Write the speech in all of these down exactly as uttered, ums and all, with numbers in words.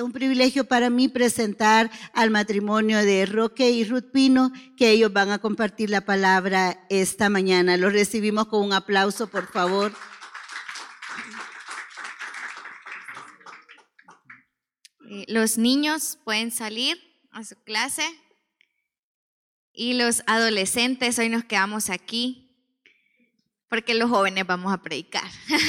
Es un privilegio para mí presentar al matrimonio de Roque y Ruth Pino, que ellos van a compartir la palabra esta mañana. Los recibimos con un aplauso, por favor. Eh, los niños pueden salir a su clase y los adolescentes hoy nos quedamos aquí porque los jóvenes vamos a predicar.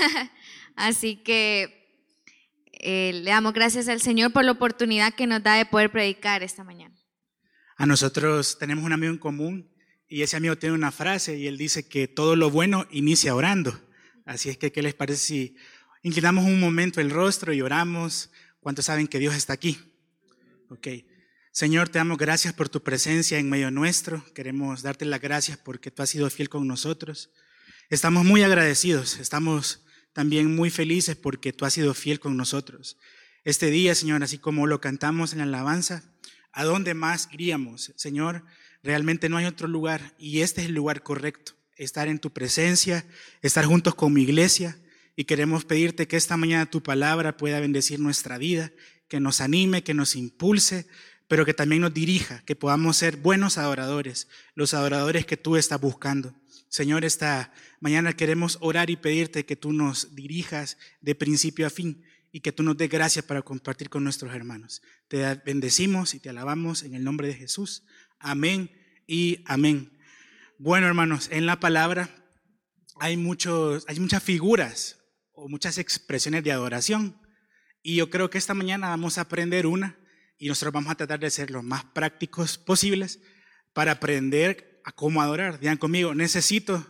Así que Eh, le damos gracias al Señor por la oportunidad que nos da de poder predicar esta mañana. A nosotros tenemos un amigo en común y ese amigo tiene una frase y él dice que todo lo bueno inicia orando. Así es que, ¿qué les parece si inclinamos un momento el rostro y oramos? ¿Cuántos saben que Dios está aquí? Ok. Señor, te damos gracias por tu presencia en medio nuestro. Queremos darte las gracias porque tú has sido fiel con nosotros. Estamos muy agradecidos, estamos también muy felices porque tú has sido fiel con nosotros. Este día, Señor, así como lo cantamos en la alabanza, ¿a dónde más iríamos? Señor, realmente no hay otro lugar y este es el lugar correcto. Estar en tu presencia, estar juntos con mi iglesia, y queremos pedirte que esta mañana tu palabra pueda bendecir nuestra vida, que nos anime, que nos impulse, pero que también nos dirija, que podamos ser buenos adoradores, los adoradores que tú estás buscando. Señor, esta mañana queremos orar y pedirte que tú nos dirijas de principio a fin y que tú nos des gracias para compartir con nuestros hermanos. Te bendecimos y te alabamos en el nombre de Jesús. Amén y amén. Bueno, hermanos, en la palabra hay, muchos, hay muchas figuras o muchas expresiones de adoración y yo creo que esta mañana vamos a aprender una y nosotros vamos a tratar de ser lo más prácticos posibles para aprender a cómo adorar. Digan conmigo, necesito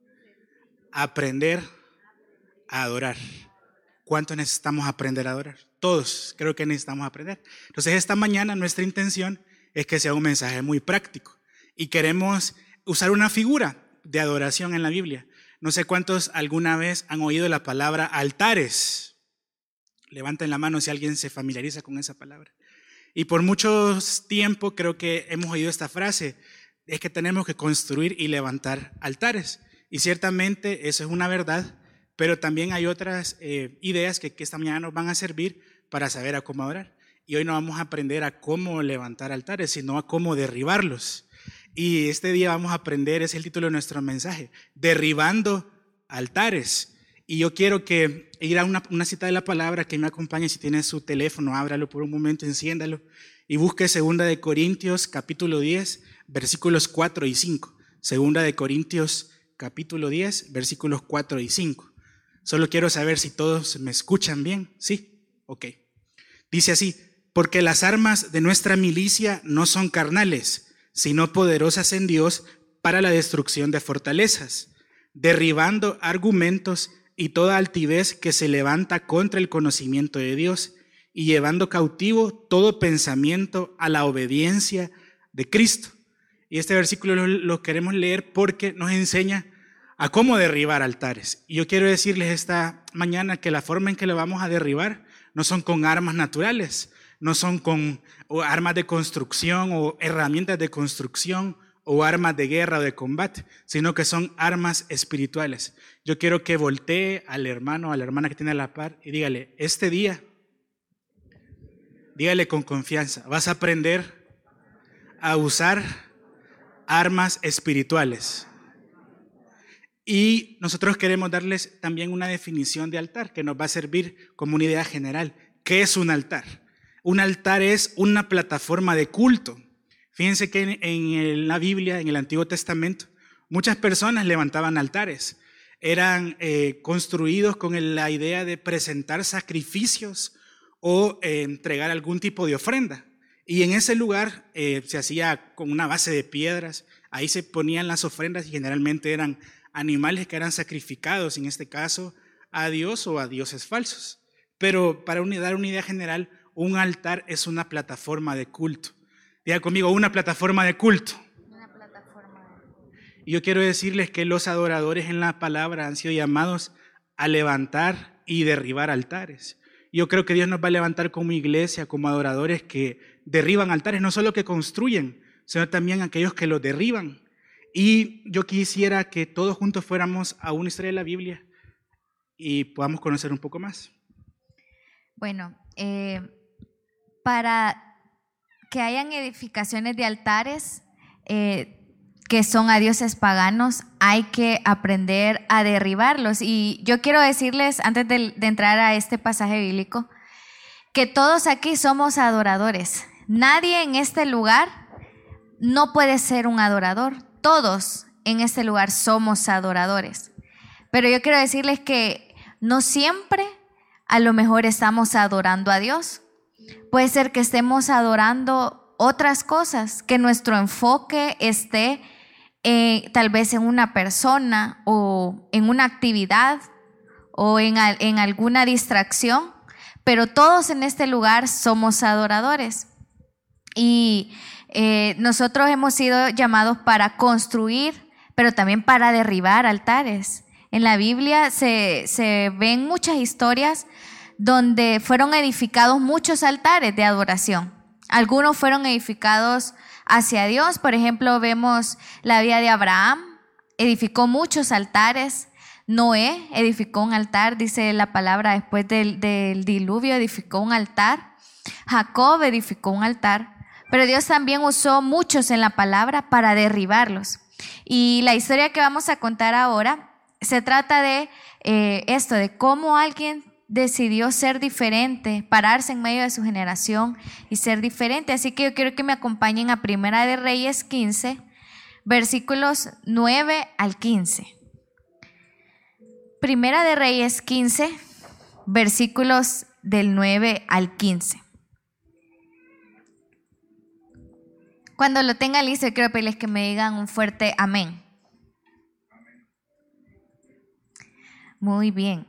aprender a adorar. ¿Cuánto necesitamos aprender a adorar? Todos creo que necesitamos aprender. Entonces esta mañana nuestra intención es que sea un mensaje muy práctico y queremos usar una figura de adoración en la Biblia. No sé cuántos alguna vez han oído la palabra altares. Levanten la mano si alguien se familiariza con esa palabra. Y por mucho tiempo creo que hemos oído esta frase, es que tenemos que construir y levantar altares. Y ciertamente eso es una verdad, pero también hay otras eh, ideas que, que esta mañana nos van a servir para saber a cómo adorar. Y hoy no vamos a aprender a cómo levantar altares, sino a cómo derribarlos. Y este día vamos a aprender, es el título de nuestro mensaje, derribando altares. Y yo quiero que ir a una, una cita de la palabra que me acompañe. Si tiene su teléfono, ábralo por un momento, enciéndalo y busque Segunda de Corintios capítulo diez, versículos cuatro y cinco. Segunda de Corintios capítulo diez, versículos cuatro y cinco. Solo quiero saber si todos me escuchan bien. ¿Sí? Ok. Dice así: porque las armas de nuestra milicia no son carnales, sino poderosas en Dios para la destrucción de fortalezas, derribando argumentos y toda altivez que se levanta contra el conocimiento de Dios, y llevando cautivo todo pensamiento a la obediencia de Cristo. Y este versículo lo, lo queremos leer porque nos enseña a cómo derribar altares. Y yo quiero decirles esta mañana que la forma en que lo vamos a derribar no son con armas naturales, no son con armas de construcción o herramientas de construcción o armas de guerra o de combate, sino que son armas espirituales. Yo quiero que voltee al hermano o a la hermana que tiene a la par y dígale, este día, dígale con confianza, vas a aprender a usar armas espirituales. Y nosotros queremos darles también una definición de altar que nos va a servir como una idea general. ¿Qué es un altar? Un altar es una plataforma de culto. Fíjense que en, en la Biblia, en el Antiguo Testamento, muchas personas levantaban altares. Eran eh, construidos con la idea de presentar sacrificios o eh, entregar algún tipo de ofrenda. Y en ese lugar eh, se hacía con una base de piedras. Ahí se ponían las ofrendas y generalmente eran animales que eran sacrificados, en este caso a Dios o a dioses falsos. Pero para dar una idea general, un altar es una plataforma de culto. Diga conmigo, una plataforma de culto. Una plataforma de... Y yo quiero decirles que los adoradores en la palabra han sido llamados a levantar y derribar altares. Yo creo que Dios nos va a levantar como iglesia, como adoradores que derriban altares, no solo que construyen, sino también aquellos que los derriban. Y yo quisiera que todos juntos fuéramos a una historia de la Biblia y podamos conocer un poco más. Bueno, eh, para que hayan edificaciones de altares eh, que son a dioses paganos, hay que aprender a derribarlos. Y yo quiero decirles, antes de, de entrar a este pasaje bíblico, que todos aquí somos adoradores. Nadie en este lugar no puede ser un adorador. Todos en este lugar somos adoradores. Pero yo quiero decirles que no siempre a lo mejor estamos adorando a Dios. Puede ser que estemos adorando otras cosas, que nuestro enfoque esté eh, tal vez en una persona o en una actividad o en, en alguna distracción, pero todos en este lugar somos adoradores. Y eh, nosotros hemos sido llamados para construir, pero también para derribar altares. En la Biblia se, se ven muchas historias donde fueron edificados muchos altares de adoración. Algunos fueron edificados hacia Dios. Por ejemplo, vemos la vida de Abraham, edificó muchos altares. Noé edificó un altar, dice la palabra, después del, del diluvio edificó un altar. Jacob edificó un altar. Pero Dios también usó muchos en la palabra para derribarlos. Y la historia que vamos a contar ahora se trata de eh, esto, de cómo alguien decidió ser diferente, pararse en medio de su generación y ser diferente. Así que yo quiero que me acompañen a Primera de Reyes quince, versículos nueve al quince. Primera de Reyes quince, versículos del nueve al quince. Cuando lo tengan listo, yo quiero pedirles que me digan un fuerte amén. Muy bien.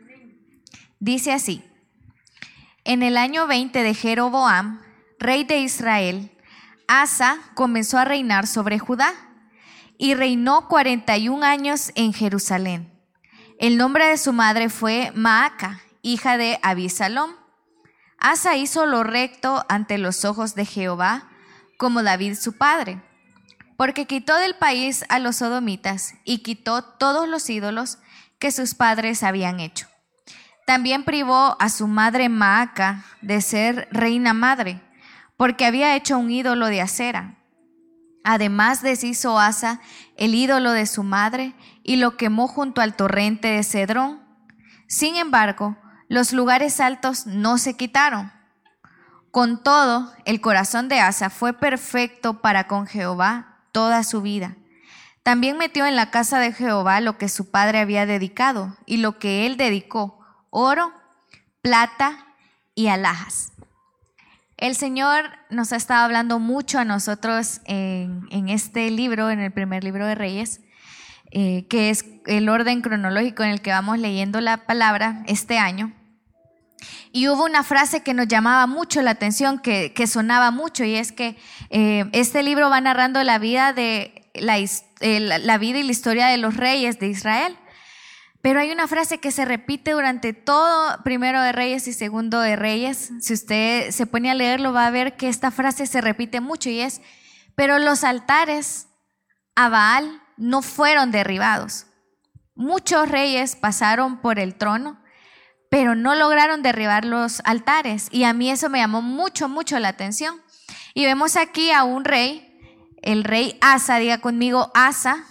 Dice así: en el año veinte de Jeroboam, rey de Israel, Asa comenzó a reinar sobre Judá y reinó cuarenta y un años en Jerusalén. El nombre de su madre fue Maaca, hija de Abisalom. Asa hizo lo recto ante los ojos de Jehová, como David su padre, porque quitó del país a los sodomitas y quitó todos los ídolos que sus padres habían hecho. También privó a su madre Maaca de ser reina madre, porque había hecho un ídolo de acera. Además deshizo Asa el ídolo de su madre y lo quemó junto al torrente de Cedrón. Sin embargo, los lugares altos no se quitaron. Con todo, el corazón de Asa fue perfecto para con Jehová toda su vida. También metió en la casa de Jehová lo que su padre había dedicado y lo que él dedicó: oro, plata y alhajas. El Señor nos ha estado hablando mucho a nosotros en, en este libro, en el primer libro de Reyes, eh, que es el orden cronológico en el que vamos leyendo la palabra este año. Y hubo una frase que nos llamaba mucho la atención, que, que sonaba mucho, y es que eh, este libro va narrando la vida, de, la, eh, la, la vida y la historia de los reyes de Israel. Pero hay una frase que se repite durante todo Primero de Reyes y Segundo de Reyes. Si usted se pone a leerlo, va a ver que esta frase se repite mucho, y es: pero los altares a Baal no fueron derribados. Muchos reyes pasaron por el trono, pero no lograron derribar los altares. Y a mí eso me llamó mucho, mucho la atención. Y vemos aquí a un rey, el rey Asa, diga conmigo Asa.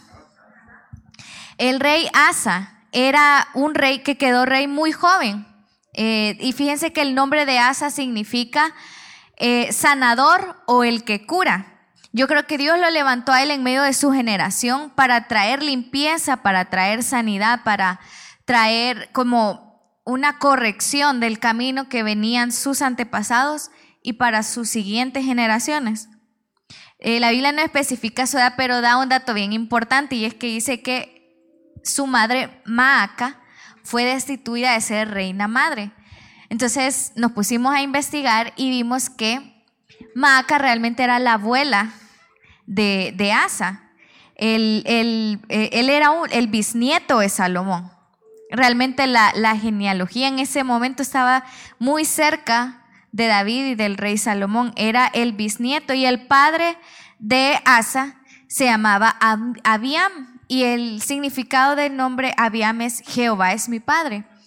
El rey Asa era un rey que quedó rey muy joven. Eh, y fíjense que el nombre de Asa significa eh, sanador o el que cura. Yo creo que Dios lo levantó a él en medio de su generación para traer limpieza, para traer sanidad, para traer como una corrección del camino que venían sus antepasados y para sus siguientes generaciones. Eh, la Biblia no especifica su edad, pero da un dato bien importante, y es que dice que su madre Maaca fue destituida de ser reina madre. Entonces nos pusimos a investigar y vimos que Maaca realmente era la abuela de, de Asa. Él, él, él era un, el bisnieto de Salomón. Realmente la, la genealogía en ese momento estaba muy cerca de David y del rey Salomón. Era el bisnieto, y el padre de Asa se llamaba Abiam. Y el significado del nombre Abiam es: Jehová es mi padre.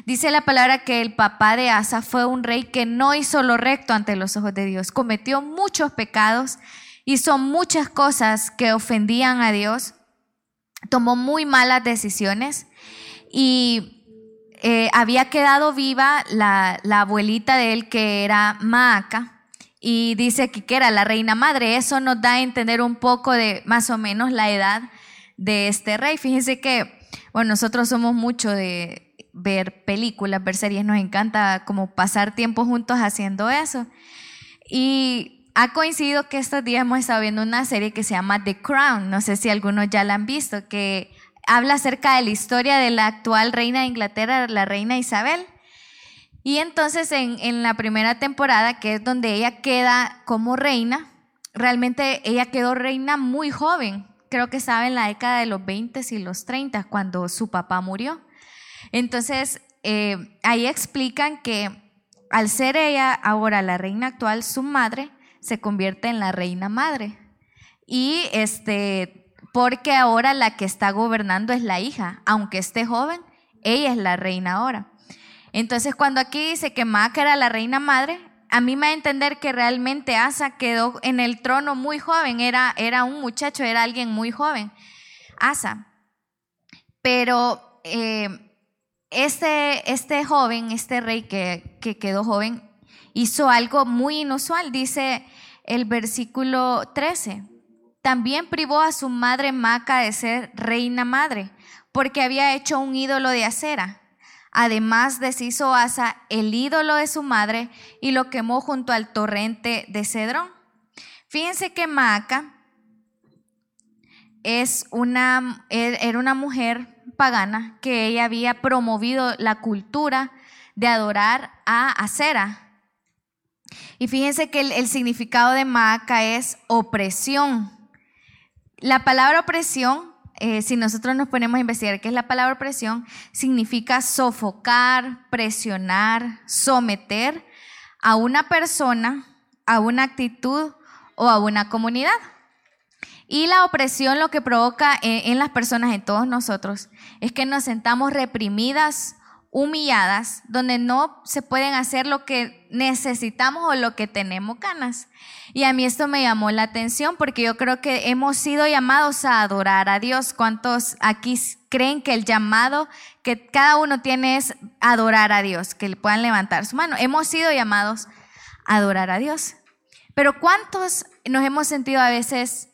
Dice la palabra que el papá de Asa fue un rey que no hizo lo recto ante los ojos de Dios. Cometió muchos pecados, hizo muchas cosas que ofendían a Dios, tomó muy malas decisiones y eh, había quedado viva la, la abuelita de él, que era Maaca. Y dice aquí que era la reina madre. Eso nos da a entender un poco de más o menos la edad de este rey. Fíjense que, bueno, nosotros somos mucho de ver películas, ver series, nos encanta como pasar tiempo juntos haciendo eso. Y ha coincidido que estos días hemos estado viendo una serie que se llama The Crown, no sé si algunos ya la han visto, que habla acerca de la historia de la actual reina de Inglaterra, la reina Isabel. Y entonces en, en la primera temporada, que es donde ella queda como reina, realmente ella quedó reina muy joven, creo que estaba en la década de los veinte y los treinta, cuando su papá murió. Entonces eh, ahí explican que al ser ella ahora la reina actual, su madre se convierte en la reina madre. Y este, porque ahora la que está gobernando es la hija, aunque esté joven, ella es la reina ahora. Entonces cuando aquí dice que Maaca era la reina madre, a mí me da a entender que realmente Asa quedó en el trono muy joven, era, era un muchacho, era alguien muy joven, Asa. Pero eh, este, este joven, este rey que, que quedó joven, hizo algo muy inusual. Dice el versículo trece, también privó a su madre Maaca de ser reina madre, porque había hecho un ídolo de acera. Además deshizo Asa el ídolo de su madre y lo quemó junto al torrente de Cedrón. Fíjense que Maaca es una, era una mujer pagana que ella había promovido la cultura de adorar a Acera. Y fíjense que el, el significado de Maaca es opresión. La palabra opresión, Eh, si nosotros nos ponemos a investigar qué es la palabra opresión, significa sofocar, presionar, someter a una persona, a una actitud o a una comunidad. Y la opresión lo que provoca en, en las personas, en todos nosotros, es que nos sentamos reprimidas, humilladas, donde no se pueden hacer lo que necesitamos o lo que tenemos ganas. Y a mí esto me llamó la atención porque yo creo que hemos sido llamados a adorar a Dios. ¿Cuántos aquí creen que el llamado que cada uno tiene es adorar a Dios? Que le puedan levantar su mano. Hemos sido llamados a adorar a Dios. Pero ¿cuántos nos hemos sentido a veces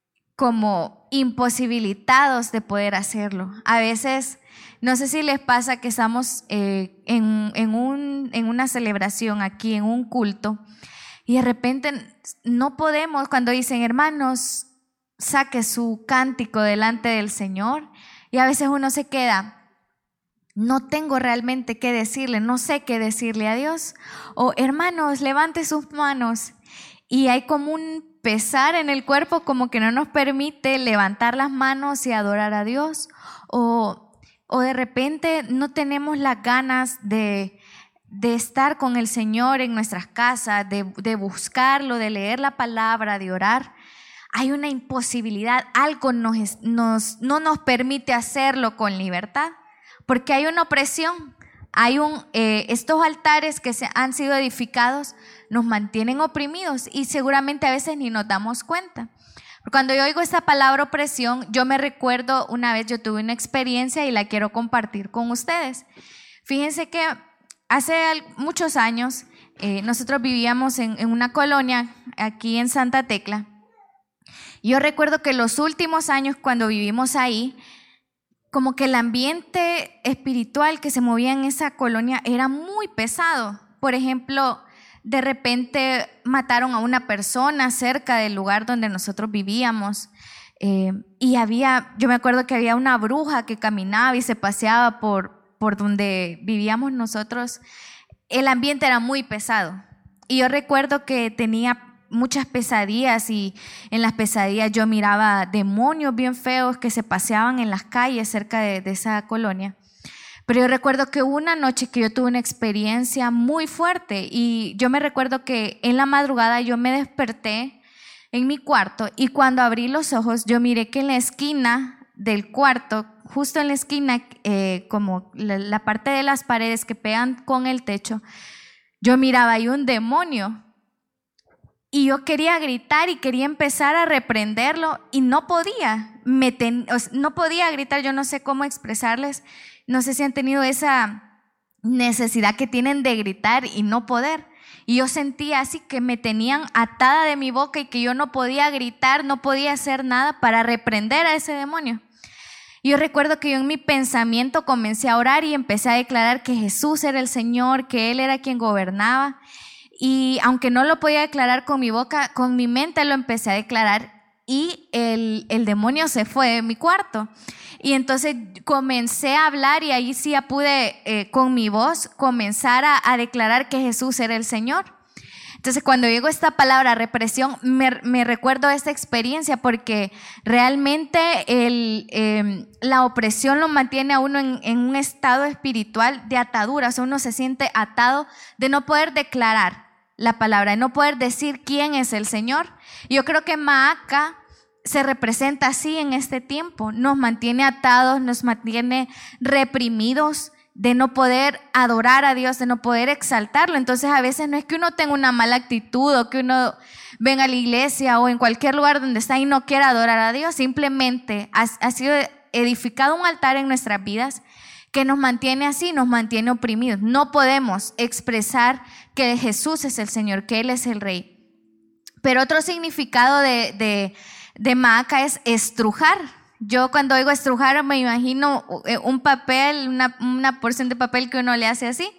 como imposibilitados de poder hacerlo? A veces, no sé si les pasa que estamos eh, en, en, un, en una celebración aquí, en un culto, y de repente no podemos, cuando dicen hermanos, saque su cántico delante del Señor, y a veces uno se queda, no tengo realmente qué decirle, no sé qué decirle a Dios. O hermanos, levante sus manos, y hay como un pesar en el cuerpo, como que no nos permite levantar las manos y adorar a Dios. O, o de repente no tenemos las ganas de de estar con el Señor en nuestras casas, de, de buscarlo, de leer la palabra, de orar. Hay una imposibilidad, algo nos, nos, no nos permite hacerlo con libertad, porque hay una opresión. Hay un, eh, estos altares que se han sido edificados nos mantienen oprimidos y seguramente a veces ni nos damos cuenta. Cuando yo oigo esta palabra opresión, yo me recuerdo una vez yo tuve una experiencia y la quiero compartir con ustedes. Fíjense que hace muchos años eh, nosotros vivíamos en, en una colonia aquí en Santa Tecla. Yo recuerdo que los últimos años cuando vivimos ahí, como que el ambiente espiritual que se movía en esa colonia era muy pesado. Por ejemplo, de repente mataron a una persona cerca del lugar donde nosotros vivíamos. Eh, y había, yo me acuerdo que había una bruja que caminaba y se paseaba por por donde vivíamos nosotros. El ambiente era muy pesado. Y yo recuerdo que tenía muchas pesadillas y en las pesadillas yo miraba demonios bien feos que se paseaban en las calles cerca de, de esa colonia. Pero yo recuerdo que una noche que yo tuve una experiencia muy fuerte y yo me recuerdo que en la madrugada yo me desperté en mi cuarto y cuando abrí los ojos yo miré que en la esquina del cuarto, justo en la esquina, eh, como la, la parte de las paredes que pegan con el techo, yo miraba ahí un demonio y yo quería gritar y quería empezar a reprenderlo y no podía, me ten, o sea, no podía gritar, yo no sé cómo expresarles, no sé si han tenido esa necesidad que tienen de gritar y no poder. Y yo sentía así que me tenían atada de mi boca y que yo no podía gritar, no podía hacer nada para reprender a ese demonio. Yo recuerdo que yo en mi pensamiento comencé a orar y empecé a declarar que Jesús era el Señor, que Él era quien gobernaba. Y aunque no lo podía declarar con mi boca, con mi mente lo empecé a declarar y el, el demonio se fue de mi cuarto. Y entonces comencé a hablar y ahí sí ya pude eh, con mi voz comenzar a, a declarar que Jesús era el Señor. Entonces cuando llegó esta palabra represión, me, me recuerdo esta experiencia porque realmente el, eh, la opresión lo mantiene a uno en, en un estado espiritual de atadura. O sea, uno se siente atado de no poder declarar la palabra, de no poder decir quién es el Señor. Yo creo que Maaca se representa así en este tiempo, nos mantiene atados, nos mantiene reprimidos de no poder adorar a Dios, de no poder exaltarlo. Entonces a veces no es que uno tenga una mala actitud o que uno venga a la iglesia o en cualquier lugar donde está y no quiera adorar a Dios, simplemente ha, ha sido edificado un altar en nuestras vidas que nos mantiene así, nos mantiene oprimidos. No podemos expresar que Jesús es el Señor, que Él es el Rey. Pero otro significado de, de de Maaca es estrujar. Yo cuando oigo estrujar me imagino un papel, una, una porción de papel que uno le hace así.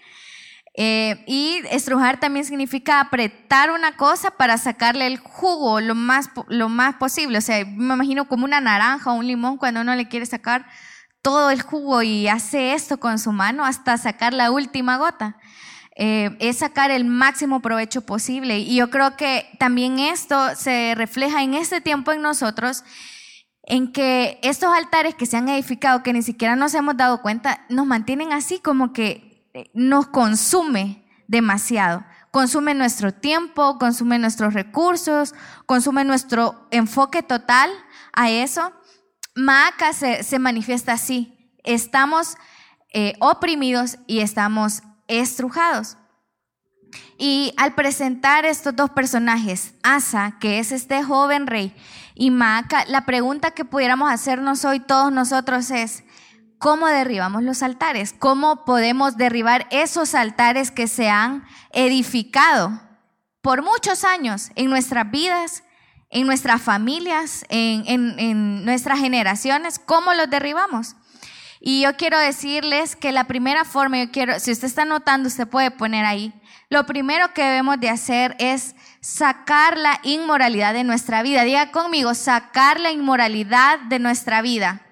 Eh, y estrujar también significa apretar una cosa para sacarle el jugo lo más, lo más posible. O sea, me imagino como una naranja o un limón cuando uno le quiere sacar todo el jugo y hace esto con su mano hasta sacar la última gota. Eh, es sacar el máximo provecho posible. Y yo creo que también esto se refleja en este tiempo en nosotros, en que estos altares que se han edificado, que ni siquiera nos hemos dado cuenta, nos mantienen así como que nos consume demasiado. Consume nuestro tiempo, consume nuestros recursos, consume nuestro enfoque total a eso. Maaca se, se manifiesta así. Estamos eh, oprimidos y estamos estrujados. Y al presentar estos dos personajes, Asa, que es este joven rey, y Maaca, la pregunta que pudiéramos hacernos hoy todos nosotros es: ¿cómo derribamos los altares? ¿Cómo podemos derribar esos altares que se han edificado por muchos años en nuestras vidas, en nuestras familias, en, en, en nuestras generaciones? ¿Cómo los derribamos? Y yo quiero decirles que la primera forma, yo quiero, si usted está notando, usted puede poner ahí, lo primero que debemos de hacer es sacar la inmoralidad de nuestra vida. Diga conmigo, sacar la inmoralidad de nuestra vida.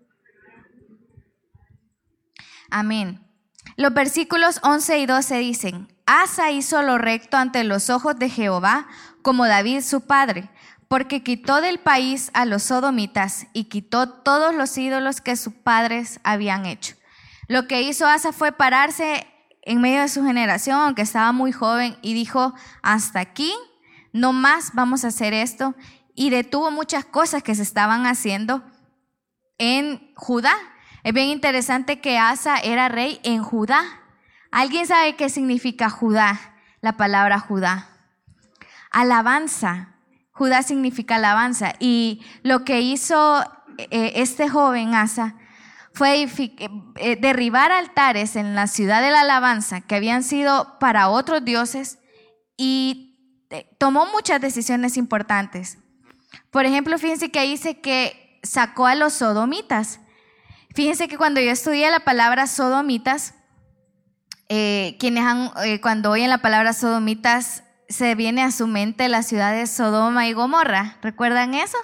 Amén. Los versículos once y doce dicen: Asa hizo lo recto ante los ojos de Jehová, como David su padre, porque quitó del país a los sodomitas y quitó todos los ídolos que sus padres habían hecho. Lo que hizo Asa fue pararse en medio de su generación, aunque estaba muy joven, y dijo: hasta aquí, no más vamos a hacer esto, y detuvo muchas cosas que se estaban haciendo en Judá. Es bien interesante que Asa era rey en Judá. ¿Alguien sabe qué significa Judá? La palabra Judá. Alabanza. Judá significa alabanza. Y lo que hizo eh, este joven Asa fue eh, derribar altares en la ciudad de la alabanza que habían sido para otros dioses, y eh, tomó muchas decisiones importantes. Por ejemplo, fíjense que dice que sacó a los sodomitas. Fíjense que cuando yo estudié la palabra sodomitas, eh, quienes han, eh, cuando oyen la palabra sodomitas, se viene a su mente la ciudad de Sodoma y Gomorra. ¿Recuerdan eso?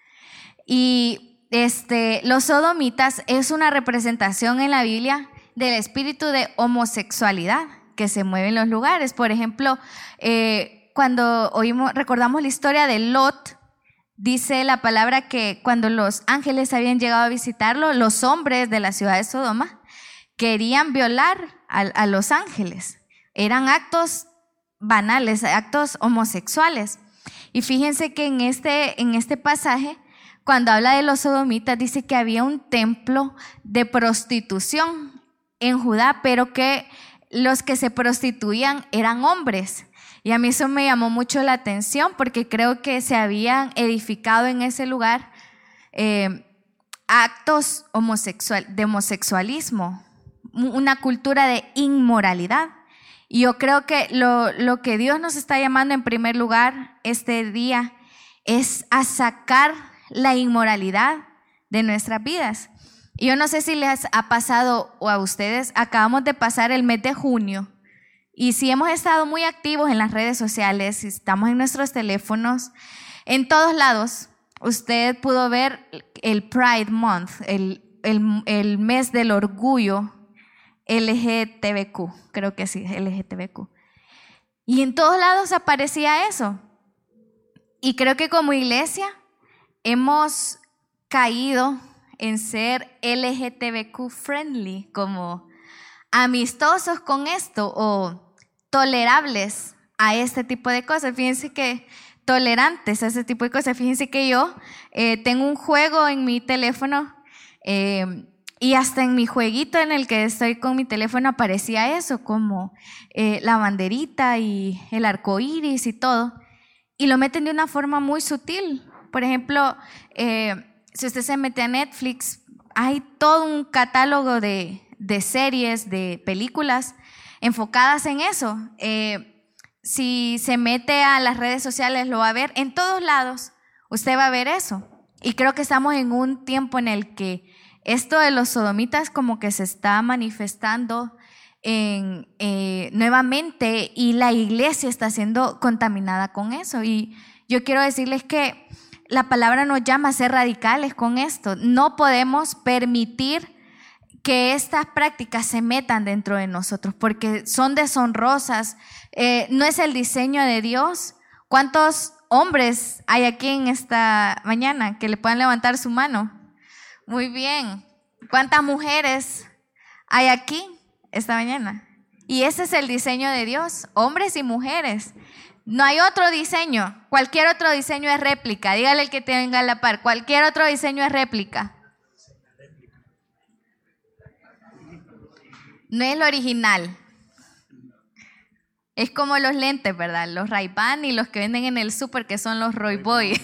Y este, los sodomitas es una representación en la Biblia del espíritu de homosexualidad que se mueve en los lugares. Por ejemplo, eh, cuando oímos, recordamos la historia de Lot, dice la palabra que cuando los ángeles habían llegado a visitarlo, los hombres de la ciudad de Sodoma querían violar a, a los ángeles. Eran actos banales, actos homosexuales. Y fíjense que en este, en este pasaje, cuando habla de los sodomitas, dice que había un templo de prostitución en Judá, pero que los que se prostituían eran hombres. Y a mí eso me llamó mucho la atención porque creo que se habían edificado en ese lugar eh, actos homosexual, de homosexualismo, una cultura de inmoralidad. Y yo creo que lo, lo que Dios nos está llamando en primer lugar este día es a sacar la inmoralidad de nuestras vidas. Y yo no sé si les ha pasado o a ustedes, acabamos de pasar el mes de junio. Y si hemos estado muy activos en las redes sociales, si estamos en nuestros teléfonos, en todos lados, usted pudo ver el Pride Month, el, el, el mes del orgullo L G T B Q, creo que sí, L G T B Q. Y en todos lados aparecía eso. Y creo que como iglesia hemos caído en ser L G T B Q friendly, como amistosos con esto o tolerables a este tipo de cosas. Fíjense que tolerantes a ese tipo de cosas. Fíjense que yo eh, tengo un juego en mi teléfono eh, y hasta en mi jueguito en el que estoy con mi teléfono aparecía eso, como eh, la banderita y el arco iris y todo. Y lo meten de una forma muy sutil. Por ejemplo, eh, si usted se mete a Netflix, hay todo un catálogo de, de series, de películas enfocadas en eso. Eh, si se mete a las redes sociales, lo va a ver. En todos lados usted va a ver eso. Y creo que estamos en un tiempo en el que esto de los sodomitas como que se está manifestando en, eh, nuevamente, y la iglesia está siendo contaminada con eso. Y yo quiero decirles que la palabra nos llama a ser radicales con esto. No podemos permitir que estas prácticas se metan dentro de nosotros porque son deshonrosas. Eh, no es el diseño de Dios. ¿Cuántos hombres hay aquí en esta mañana que le puedan levantar su mano? Muy bien. ¿Cuántas mujeres hay aquí esta mañana? Y ese es el diseño de Dios, hombres y mujeres. No hay otro diseño. Cualquier otro diseño es réplica. Dígale el que tenga a la par. Cualquier otro diseño es réplica. No es lo original. Es como los lentes, ¿verdad? Los Ray-Ban y los que venden en el súper, que son los Roy Boy.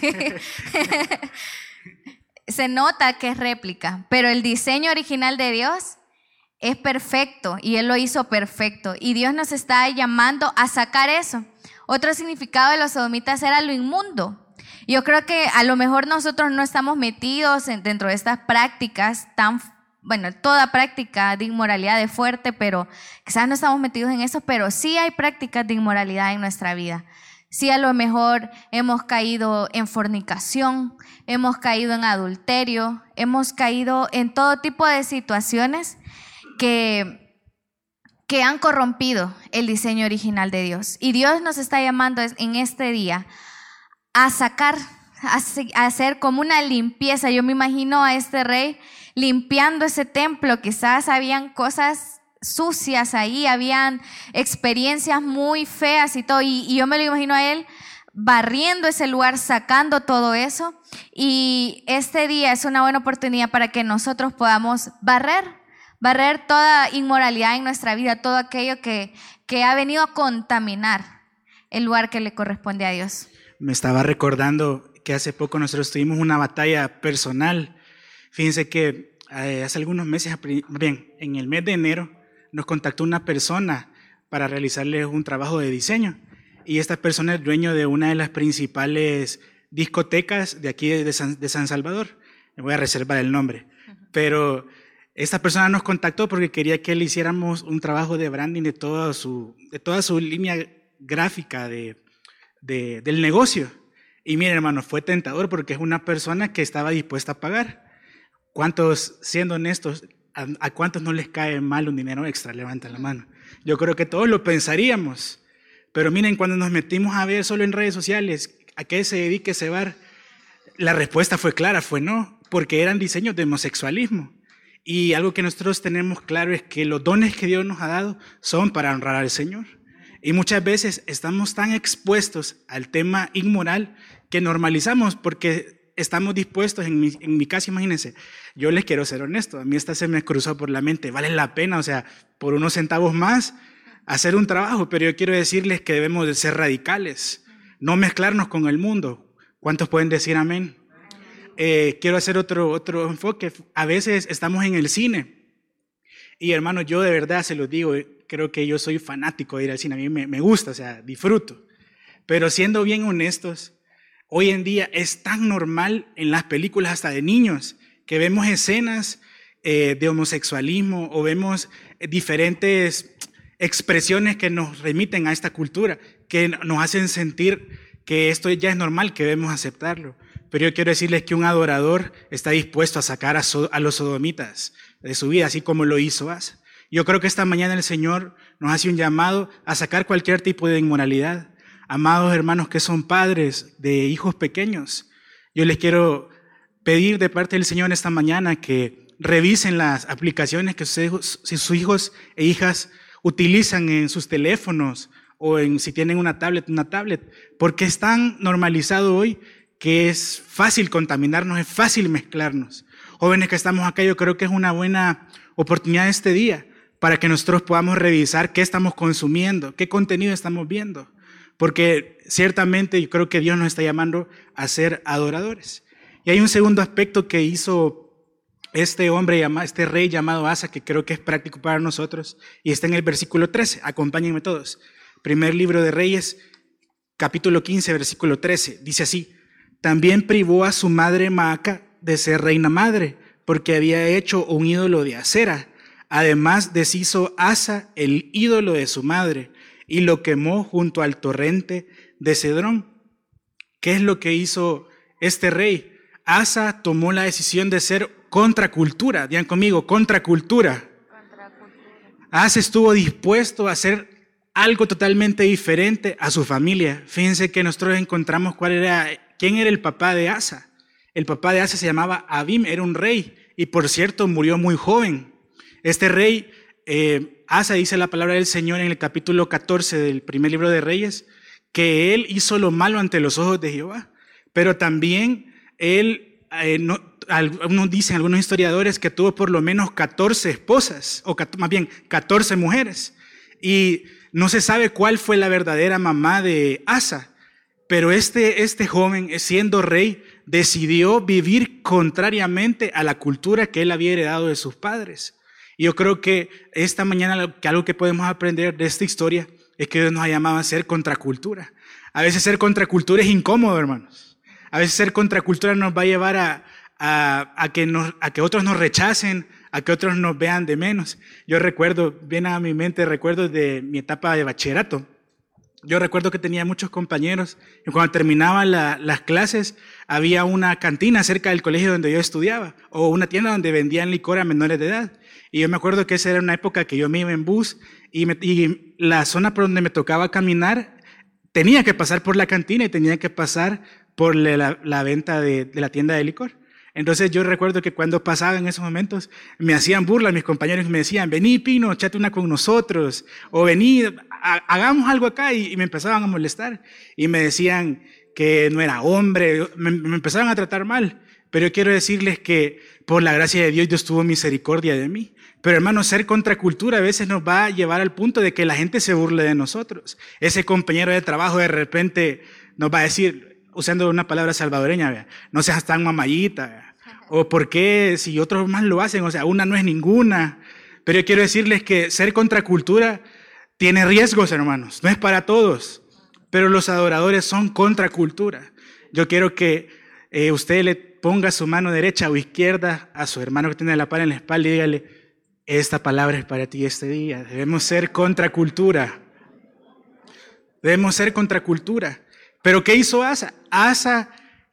Se nota que es réplica, pero el diseño original de Dios es perfecto y Él lo hizo perfecto. Y Dios nos está llamando a sacar eso. Otro significado de los sodomitas era lo inmundo. Yo creo que a lo mejor nosotros no estamos metidos en, dentro de estas prácticas tan, bueno, toda práctica de inmoralidad es fuerte, pero quizás no estamos metidos en eso, pero sí hay prácticas de inmoralidad en nuestra vida. Sí, a lo mejor hemos caído en fornicación, hemos caído en adulterio, hemos caído en todo tipo de situaciones que, que han corrompido el diseño original de Dios. Y Dios nos está llamando en este día a sacar, a hacer como una limpieza. Yo me imagino a este rey limpiando ese templo. Quizás habían cosas sucias ahí, habían experiencias muy feas y todo, y, y yo me lo imagino a él barriendo ese lugar, sacando todo eso. Y este día es una buena oportunidad para que nosotros podamos barrer, barrer toda inmoralidad en nuestra vida, todo aquello que, que ha venido a contaminar el lugar que le corresponde a Dios. Me estaba recordando que hace poco nosotros tuvimos una batalla personal. Fíjense que eh, hace algunos meses, bien, en el mes de enero, nos contactó una persona para realizarle un trabajo de diseño. Y esta persona es dueño de una de las principales discotecas de aquí de San, de San Salvador. Me voy a reservar el nombre. Pero esta persona nos contactó porque quería que le hiciéramos un trabajo de branding de toda su, de toda su línea gráfica de, de, del negocio. Y miren, hermano, fue tentador porque es una persona que estaba dispuesta a pagar. ¿Cuántos, siendo honestos, a, a cuántos no les cae mal un dinero extra? Levanten la mano. Yo creo que todos lo pensaríamos. Pero miren, cuando nos metimos a ver solo en redes sociales a qué se dedica ese bar, la respuesta fue clara, fue no, porque eran diseños de homosexualismo. Y algo que nosotros tenemos claro es que los dones que Dios nos ha dado son para honrar al Señor. Y muchas veces estamos tan expuestos al tema inmoral que normalizamos, porque estamos dispuestos, en mi, en mi caso, imagínense, yo les quiero ser honesto, a mí esta se me cruzó por la mente, vale la pena, o sea, por unos centavos más, hacer un trabajo, pero yo quiero decirles que debemos de ser radicales, no mezclarnos con el mundo. ¿Cuántos pueden decir amén? Eh, quiero hacer otro, otro enfoque. A veces estamos en el cine y, hermano, yo de verdad se los digo, creo que yo soy fanático de ir al cine, a mí me, me gusta, o sea, disfruto. Pero siendo bien honestos, hoy en día es tan normal en las películas hasta de niños que vemos escenas eh, de homosexualismo o vemos diferentes expresiones que nos remiten a esta cultura, que nos hacen sentir que esto ya es normal, que debemos aceptarlo. Pero yo quiero decirles que un adorador está dispuesto a sacar a, so, a los sodomitas de su vida, así como lo hizo Asa. Yo creo que esta mañana el Señor nos hace un llamado a sacar cualquier tipo de inmoralidad. Amados hermanos que son padres de hijos pequeños, yo les quiero pedir de parte del Señor esta mañana que revisen las aplicaciones que sus hijos, sus hijos e hijas utilizan en sus teléfonos o en, si tienen una tablet, una tablet, porque es tan normalizado hoy que es fácil contaminarnos, es fácil mezclarnos. Jóvenes que estamos acá, yo creo que es una buena oportunidad este día para que nosotros podamos revisar qué estamos consumiendo, qué contenido estamos viendo, porque ciertamente yo creo que Dios nos está llamando a ser adoradores. Y hay un segundo aspecto que hizo este hombre, este rey llamado Asa, que creo que es práctico para nosotros, y está en el versículo trece, acompáñenme todos. Primer libro de Reyes, capítulo quince, versículo trece, dice así: también privó a su madre Maaca de ser reina madre, porque había hecho un ídolo de acera. Además deshizo Asa el ídolo de su madre y lo quemó junto al torrente de Cedrón. ¿Qué es lo que hizo este rey? Asa tomó la decisión de ser contracultura. Digan conmigo, contracultura. Asa estuvo dispuesto a hacer algo totalmente diferente a su familia. Fíjense que nosotros encontramos cuál era, quién era el papá de Asa. El papá de Asa se llamaba Abim, era un rey, y por cierto murió muy joven. Este rey, eh, Asa, dice la palabra del Señor en el capítulo catorce del primer libro de Reyes, que él hizo lo malo ante los ojos de Jehová, pero también él, eh, no, algunos dicen, algunos historiadores, que tuvo por lo menos catorce esposas, o más bien catorce mujeres, y no se sabe cuál fue la verdadera mamá de Asa, pero este, este joven, siendo rey, decidió vivir contrariamente a la cultura que él había heredado de sus padres. Y yo creo que esta mañana que algo que podemos aprender de esta historia es que Dios nos ha llamado a ser contracultura. A veces ser contracultura es incómodo, hermanos. A veces ser contracultura nos va a llevar a, a, a, que, nos, a que otros nos rechacen, a que otros nos vean de menos. Yo recuerdo, viene a mi mente recuerdos de mi etapa de bachillerato. Yo recuerdo que tenía muchos compañeros y cuando terminaban la, las clases había una cantina cerca del colegio donde yo estudiaba o una tienda donde vendían licor a menores de edad. Y yo me acuerdo que esa era una época que yo me iba en bus y, me, y la zona por donde me tocaba caminar tenía que pasar por la cantina y tenía que pasar por la, la venta de, de la tienda de licor. Entonces yo recuerdo que cuando pasaba en esos momentos me hacían burla mis compañeros y me decían, vení Pino, échate una con nosotros, o vení, hagamos algo acá, y, y me empezaban a molestar y me decían que no era hombre, me, me empezaban a tratar mal, pero yo quiero decirles que por la gracia de Dios Dios tuvo misericordia de mí. Pero hermanos, ser contracultura a veces nos va a llevar al punto de que la gente se burle de nosotros. Ese compañero de trabajo de repente nos va a decir, usando una palabra salvadoreña, ¿vea? No seas tan mamayita, ¿vea? O por qué si otros más lo hacen, o sea, una no es ninguna. Pero yo quiero decirles que ser contracultura tiene riesgos, hermanos, no es para todos, pero los adoradores son contracultura. Yo quiero que eh, usted le ponga su mano derecha o izquierda a su hermano que tiene la pala en la espalda y dígale, esta palabra es para ti este día. Debemos ser contracultura. Debemos ser contracultura. ¿Pero qué hizo Asa? Asa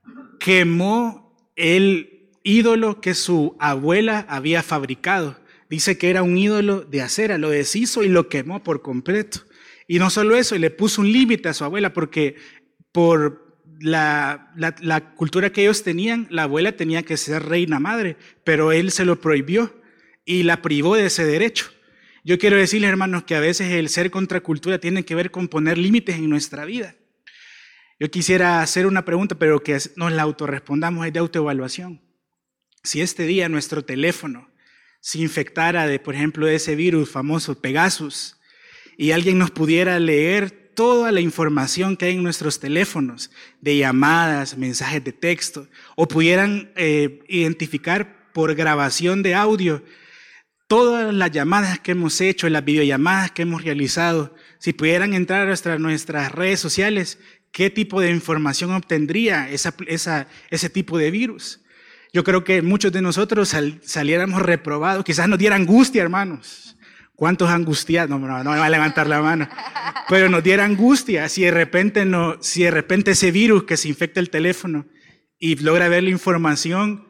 quemó el ídolo que su abuela había fabricado. Dice que era un ídolo de acera, lo deshizo y lo quemó por completo. Y no solo eso, le puso un límite a su abuela porque por la, la, la cultura que ellos tenían, la abuela tenía que ser reina madre, pero él se lo prohibió y la privó de ese derecho. Yo quiero decirles, hermanos, que a veces el ser contracultura tiene que ver con poner límites en nuestra vida. Yo quisiera hacer una pregunta, pero que nos la autorrespondamos, es de autoevaluación. Si este día nuestro teléfono se infectara de, por ejemplo, de ese virus famoso Pegasus, y alguien nos pudiera leer toda la información que hay en nuestros teléfonos, de llamadas, mensajes de texto, o pudieran eh, identificar por grabación de audio todas las llamadas que hemos hecho, las videollamadas que hemos realizado, si pudieran entrar a nuestra, nuestras redes sociales, ¿qué tipo de información obtendría esa, esa, ese tipo de virus? Yo creo que muchos de nosotros sal, saliéramos reprobados, quizás nos diera angustia, hermanos. ¿Cuántos angustiados? No, no, no me va a levantar la mano. Pero nos diera angustia si de repente, no, si de repente ese virus que se infecta el teléfono y logra ver la información,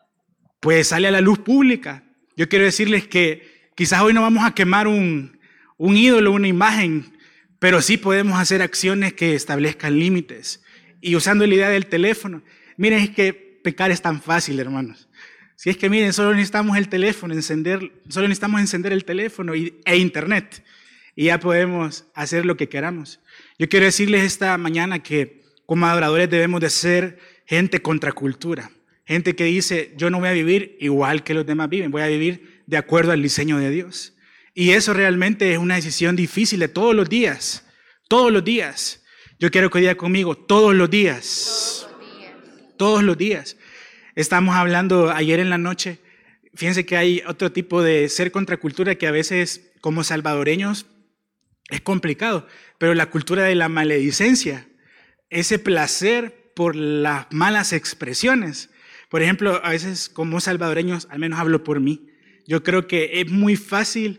pues sale a la luz pública. Yo quiero decirles que quizás hoy no vamos a quemar un, un ídolo, una imagen, pero sí podemos hacer acciones que establezcan límites. Y usando la idea del teléfono, miren, es que pecar es tan fácil, hermanos. Si es que miren, solo necesitamos el teléfono, encender, solo necesitamos encender el teléfono y, e internet y ya podemos hacer lo que queramos. Yo quiero decirles esta mañana que como adoradores debemos de ser gente contracultura, gente que dice yo no voy a vivir igual que los demás viven, voy a vivir de acuerdo al diseño de Dios. Y eso realmente es una decisión difícil de todos los días, todos los días. Yo quiero que diga conmigo, todos los días, todos los días. Todos los días. Estamos hablando ayer en la noche, fíjense que hay otro tipo de ser contracultura que a veces como salvadoreños es complicado, pero la cultura de la maledicencia, ese placer por las malas expresiones. Por ejemplo, a veces como salvadoreños, al menos hablo por mí, yo creo que es muy fácil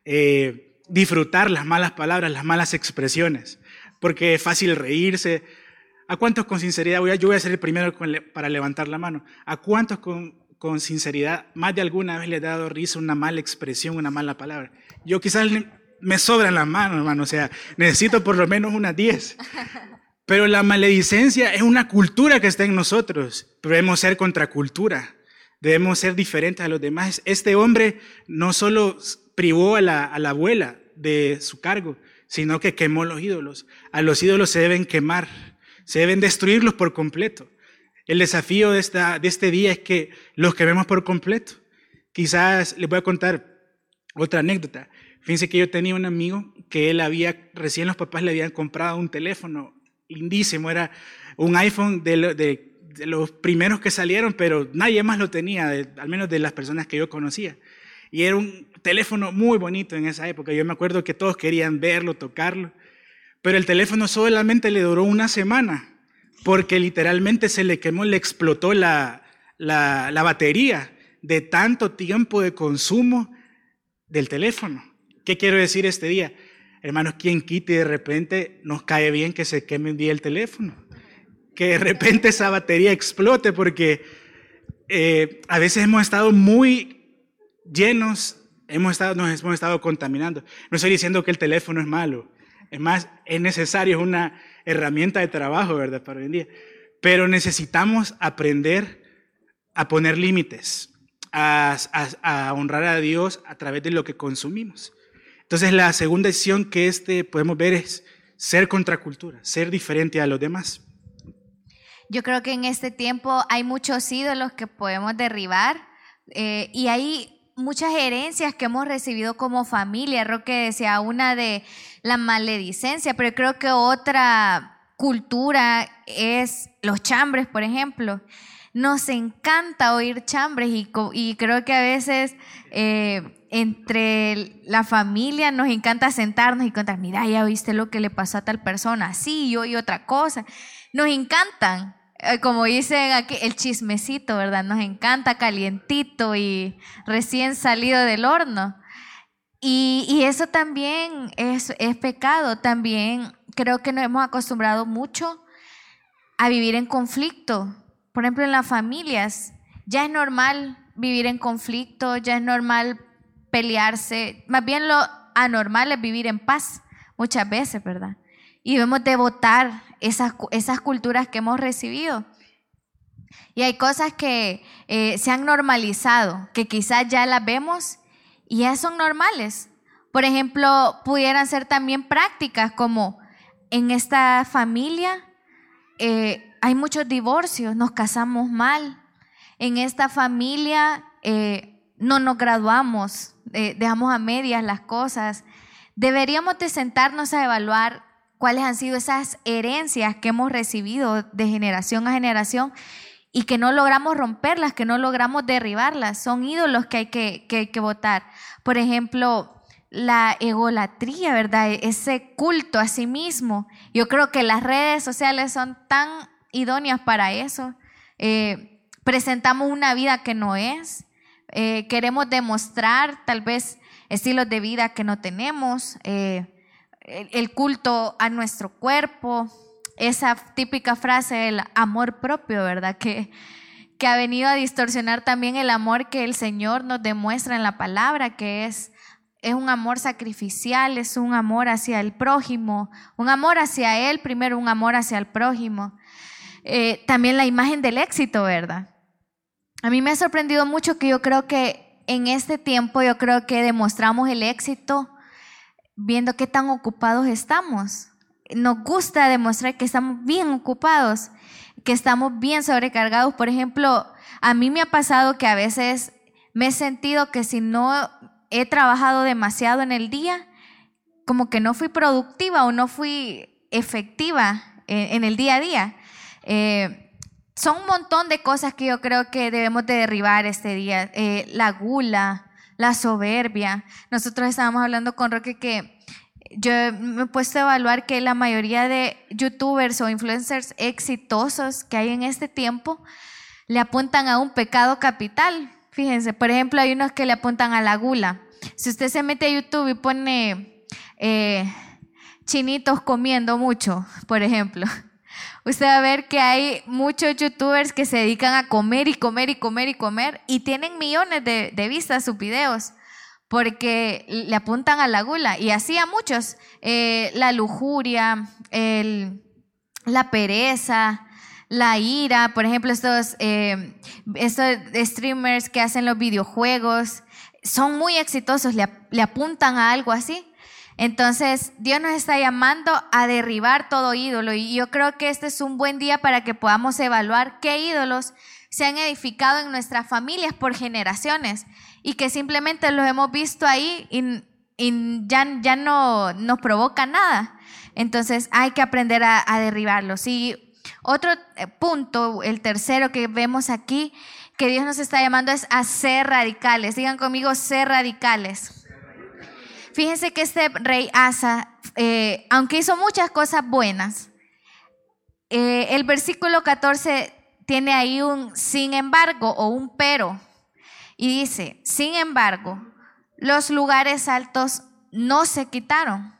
eh, disfrutar las malas palabras, las malas expresiones, porque es fácil reírse. ¿A cuántos con sinceridad? Voy a, yo voy a ser el primero con, para levantar la mano. ¿A cuántos con, con sinceridad más de alguna vez le he dado risa una mala expresión, una mala palabra? Yo quizás me sobran las manos, hermano, o sea, necesito por lo menos unas diez. Pero la maledicencia es una cultura que está en nosotros. Debemos ser contracultura, debemos ser diferentes a los demás. Este hombre no solo privó a la, a la abuela de su cargo, sino que quemó los ídolos. A los ídolos se deben quemar. Se deben destruirlos por completo. El desafío de, esta, de este día es que los quememos por completo. Quizás les voy a contar otra anécdota. Fíjense que yo tenía un amigo que él había, recién los papás le habían comprado un teléfono lindísimo, era un iPhone de, lo, de, de los primeros que salieron, pero nadie más lo tenía, de, al menos de las personas que yo conocía. Y era un teléfono muy bonito en esa época. Yo me acuerdo que todos querían verlo, tocarlo. Pero el teléfono solamente le duró una semana, porque literalmente se le quemó, le explotó la, la, la batería de tanto tiempo de consumo del teléfono. ¿Qué quiero decir este día? Hermanos, ¿quién quite y de repente nos cae bien que se queme un día el teléfono? Que de repente esa batería explote, porque eh, a veces hemos estado muy llenos, hemos estado, nos hemos estado contaminando. No estoy diciendo que el teléfono es malo. Es más, es necesario, es una herramienta de trabajo, ¿verdad? Para hoy en día. Pero necesitamos aprender a poner límites, a, a, a honrar a Dios a través de lo que consumimos. Entonces, la segunda decisión que este podemos ver es ser contracultura, ser diferente a los demás. Yo creo que en este tiempo hay muchos ídolos que podemos derribar eh, y hay muchas herencias que hemos recibido como familia. Roque decía una de la maledicencia, pero creo que otra cultura es los chambres, por ejemplo. Nos encanta oír chambres y, y creo que a veces eh, entre la familia nos encanta sentarnos y contar, mira, ya oíste lo que le pasó a tal persona, sí, yo oí otra cosa. Nos encantan. Como dicen aquí, el chismecito, ¿verdad? Nos encanta calientito y recién salido del horno. Y, y eso también es, es pecado. También creo que nos hemos acostumbrado mucho a vivir en conflicto. Por ejemplo, en las familias, ya es normal vivir en conflicto, ya es normal pelearse. Más bien lo anormal es vivir en paz, muchas veces, ¿verdad? Y debemos de votar esas, esas culturas que hemos recibido. Y hay cosas que eh, se han normalizado, que quizás ya las vemos y ya son normales. Por ejemplo, pudieran ser también prácticas como en esta familia eh, hay muchos divorcios, nos casamos mal. En esta familia eh, no nos graduamos, eh, dejamos a medias las cosas. Deberíamos de sentarnos a evaluar cuáles han sido esas herencias que hemos recibido de generación a generación y que no logramos romperlas, que no logramos derribarlas. Son ídolos que hay que, que, hay que botar. Por ejemplo, la egolatría, ¿verdad? Ese culto a sí mismo. Yo creo que las redes sociales son tan idóneas para eso. Eh, presentamos una vida que no es. Eh, queremos demostrar tal vez estilos de vida que no tenemos. Eh, el, el culto a nuestro cuerpo. Esa típica frase del amor propio, ¿verdad? Que, que ha venido a distorsionar también el amor que el Señor nos demuestra en la palabra, que es, es un amor sacrificial, es un amor hacia el prójimo, un amor hacia Él, primero un amor hacia el prójimo. Eh, también la imagen del éxito, ¿verdad? A mí me ha sorprendido mucho que yo creo que en este tiempo yo creo que demostramos el éxito viendo qué tan ocupados estamos. Nos gusta demostrar que estamos bien ocupados, que estamos bien sobrecargados. Por ejemplo, a mí me ha pasado que a veces me he sentido que si no he trabajado demasiado en el día, como que no fui productiva o no fui efectiva en, en el día a día. Eh, son un montón de cosas que yo creo que debemos de derribar este día. Eh, la gula, la soberbia. Nosotros estábamos hablando con Roque que yo me he puesto a evaluar que la mayoría de youtubers o influencers exitosos que hay en este tiempo le apuntan a un pecado capital. Fíjense, por ejemplo, hay unos que le apuntan a la gula. Si usted se mete a YouTube y pone eh, chinitos comiendo mucho, por ejemplo, usted va a ver que hay muchos youtubers que se dedican a comer y comer y comer y comer y tienen millones de, de vistas sus videos, porque le apuntan a la gula, y así a muchos, eh, la lujuria, el, la pereza, la ira. Por ejemplo, estos, eh, estos streamers que hacen los videojuegos son muy exitosos, le, le apuntan a algo así. Entonces Dios nos está llamando a derribar todo ídolo, y yo creo que este es un buen día para que podamos evaluar qué ídolos se han edificado en nuestras familias por generaciones y que simplemente los hemos visto ahí y, y ya, ya no nos provoca nada. Entonces hay que aprender a, a derribarlos. Y otro punto, el tercero que vemos aquí, que Dios nos está llamando es a ser radicales. Digan conmigo, ser radicales. Fíjense que este rey Asa, eh, aunque hizo muchas cosas buenas, eh, el versículo catorce tiene ahí un sin embargo o un pero. Y dice, sin embargo, los lugares altos no se quitaron.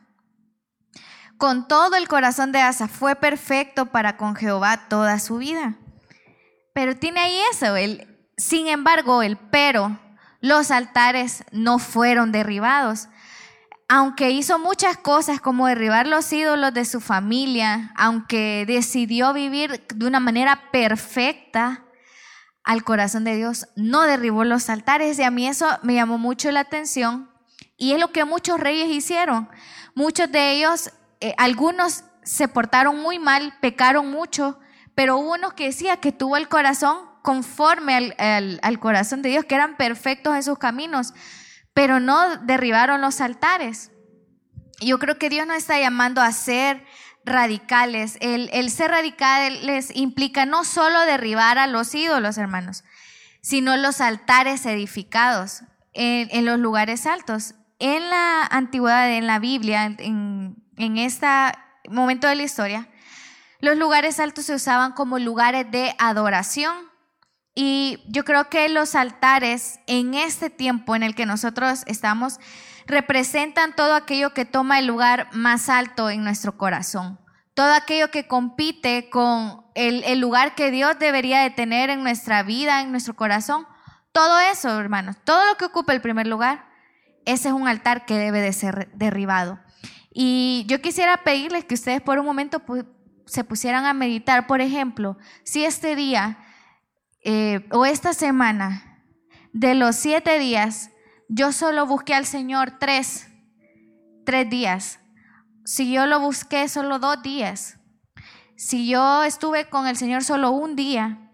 Con todo el corazón de Asa fue perfecto para con Jehová toda su vida. Pero tiene ahí eso, el sin embargo, el pero, los altares no fueron derribados. Aunque hizo muchas cosas como derribar los ídolos de su familia, aunque decidió vivir de una manera perfecta al corazón de Dios, no derribó los altares. Y a mí eso me llamó mucho la atención, y es lo que muchos reyes hicieron. Muchos de ellos, eh, algunos se portaron muy mal, pecaron mucho, pero hubo unos que decía que tuvo el corazón conforme al, al, al corazón de Dios, que eran perfectos en sus caminos, pero no derribaron los altares. Yo creo que Dios nos está llamando a ser radicales. El, el ser radicales implica no solo derribar a los ídolos, hermanos, sino los altares edificados en, en los lugares altos. En la antigüedad, en la Biblia, en, en este momento de la historia, los lugares altos se usaban como lugares de adoración. Y yo creo que los altares en este tiempo en el que nosotros estamos representan todo aquello que toma el lugar más alto en nuestro corazón, todo aquello que compite con el, el lugar que Dios debería de tener en nuestra vida, en nuestro corazón. Todo eso, hermanos, todo lo que ocupa el primer lugar, ese es un altar que debe de ser derribado. Y yo quisiera pedirles que ustedes por un momento pu- se pusieran a meditar. Por ejemplo, si este día Eh, o esta semana, de los siete días, yo solo busqué al Señor tres, tres días. Si yo lo busqué solo dos días, si yo estuve con el Señor solo un día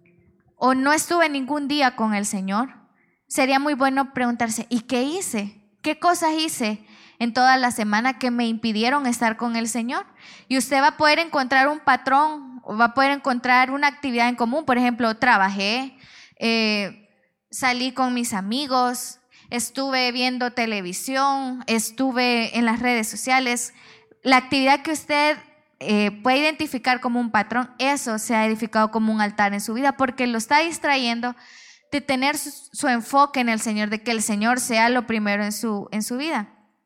o no estuve ningún día con el Señor, sería muy bueno preguntarse, ¿y qué hice? ¿Qué cosas hice en toda la semana que me impidieron estar con el Señor? Y usted va a poder encontrar un patrón, o va a poder encontrar una actividad en común. Por ejemplo, trabajé, eh, salí con mis amigos, estuve viendo televisión, estuve en las redes sociales. La actividad que usted eh, puede identificar como un patrón, eso se ha edificado como un altar en su vida, porque lo está distrayendo de tener su, su enfoque en el Señor, de que el Señor sea lo primero en su, en su vida.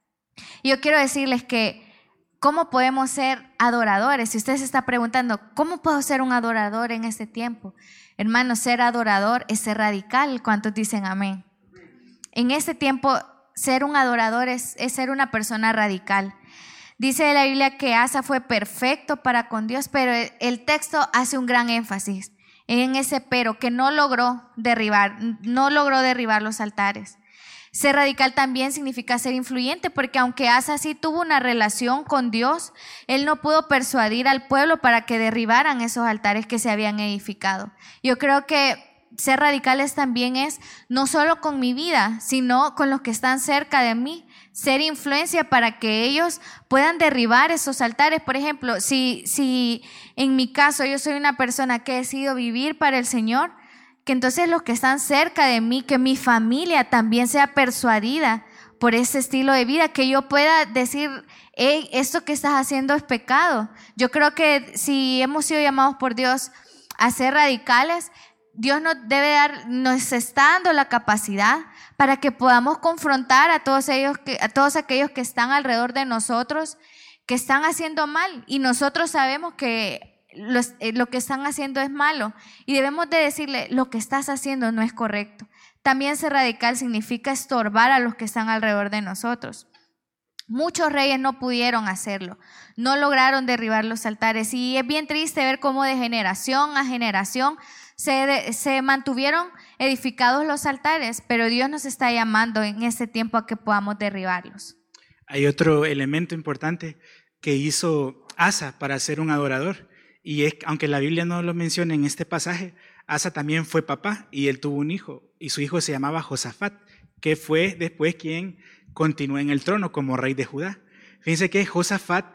Y yo quiero decirles que ¿cómo podemos ser adoradores? Si usted se está preguntando, ¿cómo puedo ser un adorador en este tiempo? Hermano, ser adorador es ser radical. ¿Cuántos dicen amén? En este tiempo, ser un adorador es, es ser una persona radical. Dice la Biblia que Asa fue perfecto para con Dios, pero el texto hace un gran énfasis en ese pero, que no logró derribar, no logró derribar los altares. Ser radical también significa ser influyente, porque aunque Asa sí tuvo una relación con Dios, él no pudo persuadir al pueblo para que derribaran esos altares que se habían edificado. Yo creo que ser radicales también es no solo con mi vida, sino con los que están cerca de mí. Ser influencia para que ellos puedan derribar esos altares. Por ejemplo, si, si en mi caso yo soy una persona que he decidido vivir para el Señor, que entonces los que están cerca de mí, que mi familia también sea persuadida por ese estilo de vida, que yo pueda decir, hey, esto que estás haciendo es pecado. Yo creo que si hemos sido llamados por Dios a ser radicales, Dios nos debe dar, nos está dando la capacidad para que podamos confrontar a todos ellos, que, a todos aquellos que están alrededor de nosotros, que están haciendo mal, y nosotros sabemos que Lo, eh, lo que están haciendo es malo, y debemos de decirle, lo que estás haciendo no es correcto. También ser radical significa estorbar a los que están alrededor de nosotros. Muchos reyes no pudieron hacerlo, no lograron derribar los altares, y es bien triste ver cómo de generación a generación se, de, se mantuvieron edificados los altares, pero Dios nos está llamando en este tiempo a que podamos derribarlos. Hay otro elemento importante que hizo Asa para ser un adorador. Y es, aunque la Biblia no lo menciona en este pasaje, Asa también fue papá y él tuvo un hijo, y su hijo se llamaba Josafat, que fue después quien continuó en el trono como rey de Judá. Fíjense que Josafat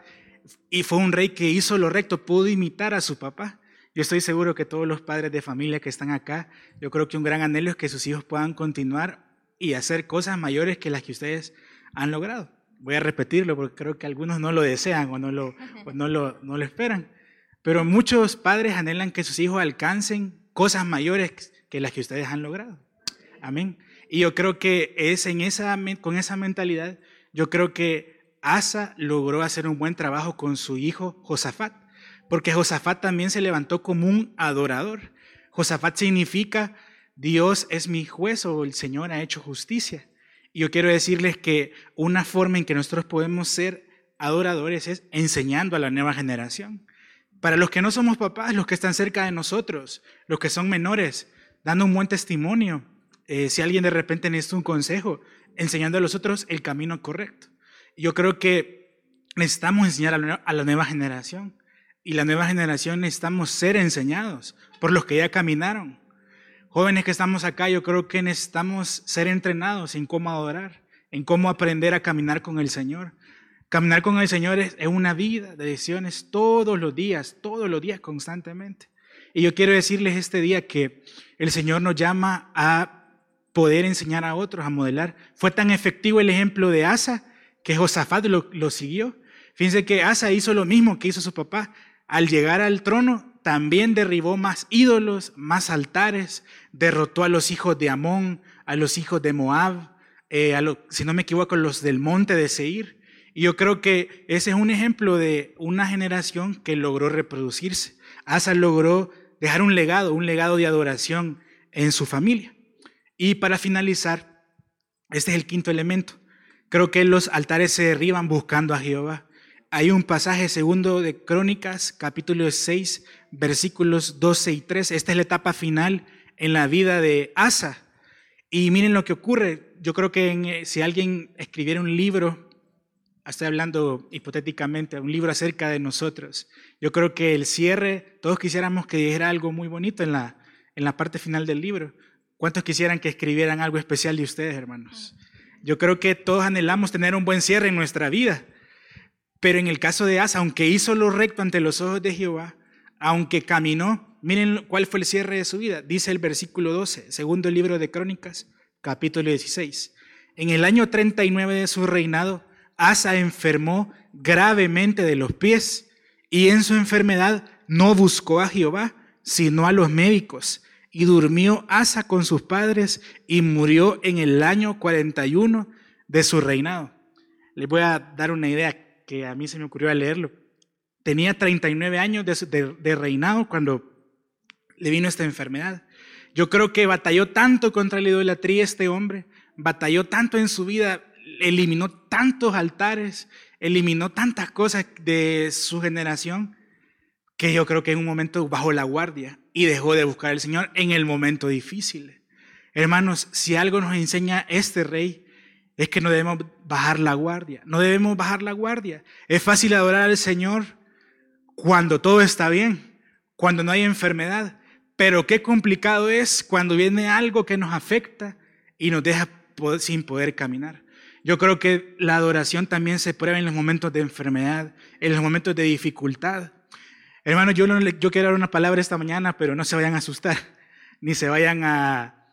y fue un rey que hizo lo recto, pudo imitar a su papá. Yo estoy seguro que todos los padres de familia que están acá, yo creo que un gran anhelo es que sus hijos puedan continuar y hacer cosas mayores que las que ustedes han logrado. Voy a repetirlo porque creo que algunos no lo desean o no lo, o no lo, no lo esperan. Pero muchos padres anhelan que sus hijos alcancen cosas mayores que las que ustedes han logrado. Amén. Y yo creo que es en esa, con esa mentalidad, yo creo que Asa logró hacer un buen trabajo con su hijo Josafat, porque Josafat también se levantó como un adorador. Josafat significa Dios es mi juez, o el Señor ha hecho justicia. Y yo quiero decirles que una forma en que nosotros podemos ser adoradores es enseñando a la nueva generación. Para los que no somos papás, los que están cerca de nosotros, los que son menores, dando un buen testimonio. Eh, si alguien de repente necesita un consejo, enseñando a los otros el camino correcto. Yo creo que necesitamos enseñar a la, a la nueva generación. Y la nueva generación necesitamos ser enseñados por los que ya caminaron. Jóvenes que estamos acá, yo creo que necesitamos ser entrenados en cómo adorar, en cómo aprender a caminar con el Señor. Caminar con el Señor es una vida de decisiones todos los días, todos los días constantemente. Y yo quiero decirles este día que el Señor nos llama a poder enseñar a otros, a modelar. Fue tan efectivo el ejemplo de Asa que Josafat lo, lo siguió. Fíjense que Asa hizo lo mismo que hizo su papá. Al llegar al trono también derribó más ídolos, más altares, derrotó a los hijos de Amón, a los hijos de Moab, eh, a lo, si no me equivoco, los del monte de Seir. Y yo creo que ese es un ejemplo de una generación que logró reproducirse. Asa logró dejar un legado, un legado de adoración en su familia. Y para finalizar, este es el quinto elemento. Creo que los altares se derriban buscando a Jehová. Hay un pasaje segundo de Crónicas, capítulo seis, versículos doce y trece. Esta es la etapa final en la vida de Asa. Y miren lo que ocurre. Yo creo que en, si alguien escribiera un libro estoy hablando hipotéticamente, un libro acerca de nosotros. Yo creo que el cierre, todos quisiéramos que dijera algo muy bonito en la, en la parte final del libro. ¿Cuántos quisieran que escribieran algo especial de ustedes, hermanos? Yo creo que todos anhelamos tener un buen cierre en nuestra vida. Pero en el caso de Asa, aunque hizo lo recto ante los ojos de Jehová, aunque caminó, miren cuál fue el cierre de su vida. Dice el versículo doce, segundo libro de Crónicas, capítulo dieciséis. En el año treinta y nueve de su reinado, Asa enfermó gravemente de los pies y en su enfermedad no buscó a Jehová, sino a los médicos. Y durmió Asa con sus padres y murió en el año cuarenta y uno de su reinado. Les voy a dar una idea que a mí se me ocurrió al leerlo. Tenía treinta y nueve años de, de, de reinado cuando le vino esta enfermedad. Yo creo que batalló tanto contra la idolatría este hombre, batalló tanto en su vida, eliminó tantos altares, eliminó tantas cosas de su generación, que yo creo que en un momento bajó la guardia y dejó de buscar al Señor en el momento difícil. Hermanos, si algo nos enseña este rey, es que no debemos bajar la guardia, no debemos bajar la guardia. Es fácil adorar al Señor cuando todo está bien, cuando no hay enfermedad, pero qué complicado es cuando viene algo que nos afecta y nos deja poder, sin poder caminar. Yo creo que la adoración también se prueba en los momentos de enfermedad, en los momentos de dificultad. Hermanos, yo, no, yo quiero dar una palabra esta mañana, pero no se vayan a asustar, ni se vayan a,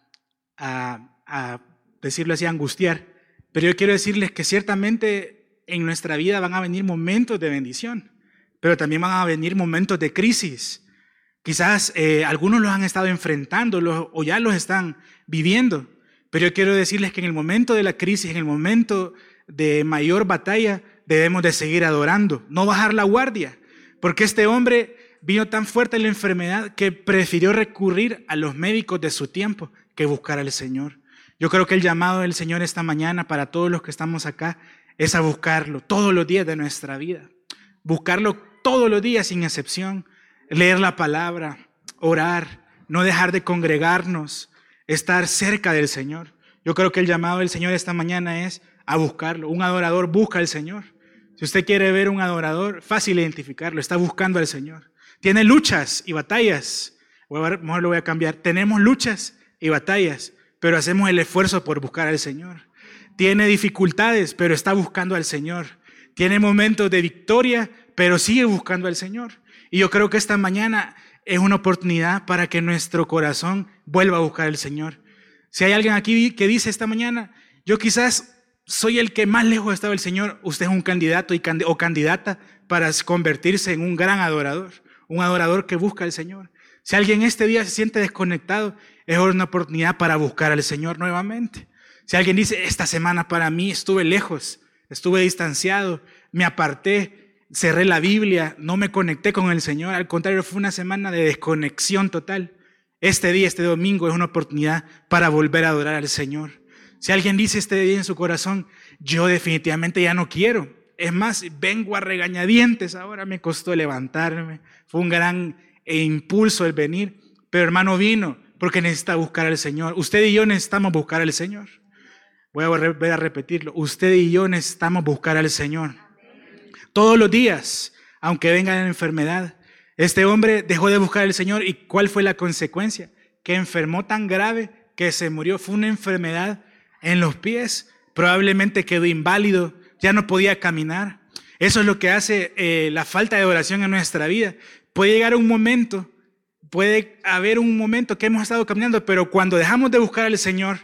a, a decirlo así, a angustiar. Pero yo quiero decirles que ciertamente en nuestra vida van a venir momentos de bendición, pero también van a venir momentos de crisis. Quizás eh, algunos los han estado enfrentando los, o ya los están viviendo, pero yo quiero decirles que en el momento de la crisis, en el momento de mayor batalla, debemos de seguir adorando, no bajar la guardia. Porque este hombre vino tan fuerte la enfermedad que prefirió recurrir a los médicos de su tiempo que buscar al Señor. Yo creo que el llamado del Señor esta mañana para todos los que estamos acá es a buscarlo todos los días de nuestra vida. Buscarlo todos los días sin excepción. Leer la palabra, orar, no dejar de congregarnos, estar cerca del Señor. Yo creo que el llamado del Señor esta mañana es a buscarlo. Un adorador busca al Señor. Si usted quiere ver un adorador, fácil identificarlo, está buscando al Señor. Tiene luchas y batallas. Voy a ver, mejor lo voy a cambiar. Tenemos luchas y batallas, pero hacemos el esfuerzo por buscar al Señor. Tiene dificultades, pero está buscando al Señor. Tiene momentos de victoria, pero sigue buscando al Señor. Y yo creo que esta mañana es una oportunidad para que nuestro corazón vuelva a buscar al Señor. Si hay alguien aquí que dice esta mañana, yo quizás soy el que más lejos ha estado del Señor, usted es un candidato y cand- o candidata para convertirse en un gran adorador, un adorador que busca al Señor. Si alguien este día se siente desconectado, es una oportunidad para buscar al Señor nuevamente. Si alguien dice, esta semana para mí estuve lejos, estuve distanciado, me aparté, cerré la Biblia, no me conecté con el Señor, al contrario, fue una semana de desconexión total. Este día, este domingo, es una oportunidad para volver a adorar al Señor. Si alguien dice este día en su corazón, yo definitivamente ya no quiero. Es más, vengo a regañadientes, ahora me costó levantarme. Fue un gran impulso el venir, pero hermano vino porque necesita buscar al Señor. Usted y yo necesitamos buscar al Señor. Voy a volver a repetirlo. Usted y yo necesitamos buscar al Señor. Todos los días, aunque venga la enfermedad. Este hombre dejó de buscar al Señor. ¿Y cuál fue la consecuencia? Que enfermó tan grave que se murió. Fue una enfermedad en los pies, probablemente quedó inválido, ya no podía caminar. Eso es lo que hace eh, la falta de oración en nuestra vida. Puede llegar un momento, puede haber un momento que hemos estado caminando, pero cuando dejamos de buscar al Señor,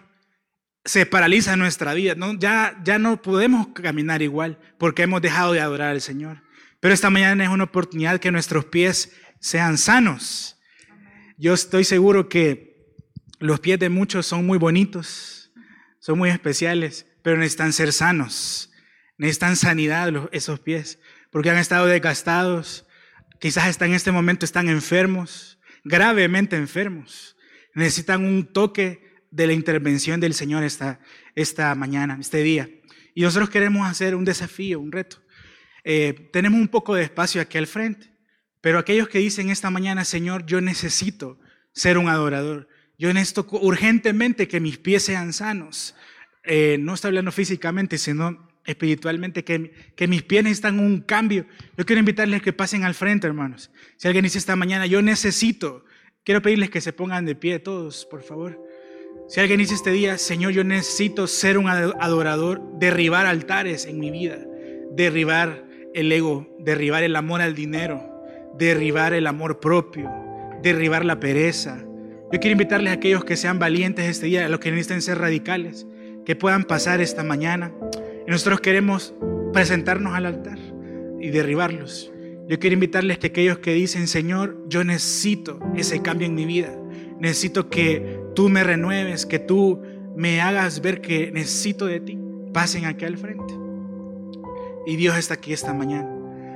se paraliza nuestra vida. ¿no? Ya, ya no podemos caminar igual porque hemos dejado de adorar al Señor. Pero esta mañana es una oportunidad que nuestros pies sean sanos. Yo estoy seguro que los pies de muchos son muy bonitos, son muy especiales, pero necesitan ser sanos, necesitan sanidad los, esos pies, porque han estado desgastados, quizás hasta en este momento están enfermos, gravemente enfermos, necesitan un toque de la intervención del Señor esta, esta mañana, este día. Y nosotros queremos hacer un desafío, un reto. Eh, tenemos un poco de espacio aquí al frente, pero aquellos que dicen esta mañana, Señor, yo necesito ser un adorador, yo necesito urgentemente que mis pies sean sanos. Eh, no estoy hablando físicamente, sino espiritualmente, que, que mis pies necesitan un cambio. Yo quiero invitarles a que pasen al frente, hermanos. Si alguien dice esta mañana, yo necesito, quiero pedirles que se pongan de pie todos, por favor. Si alguien dice este día, Señor, yo necesito ser un adorador, derribar altares en mi vida, derribar el ego, derribar el amor al dinero, derribar el amor propio, derribar la pereza. Yo quiero invitarles a aquellos que sean valientes este día, a los que necesiten ser radicales, que puedan pasar esta mañana. Y nosotros queremos presentarnos al altar y derribarlos. Yo quiero invitarles que aquellos que dicen, Señor, yo necesito ese cambio en mi vida. Necesito que tú me renueves, que tú me hagas ver que necesito de ti. Pasen aquí al frente. Y Dios está aquí esta mañana.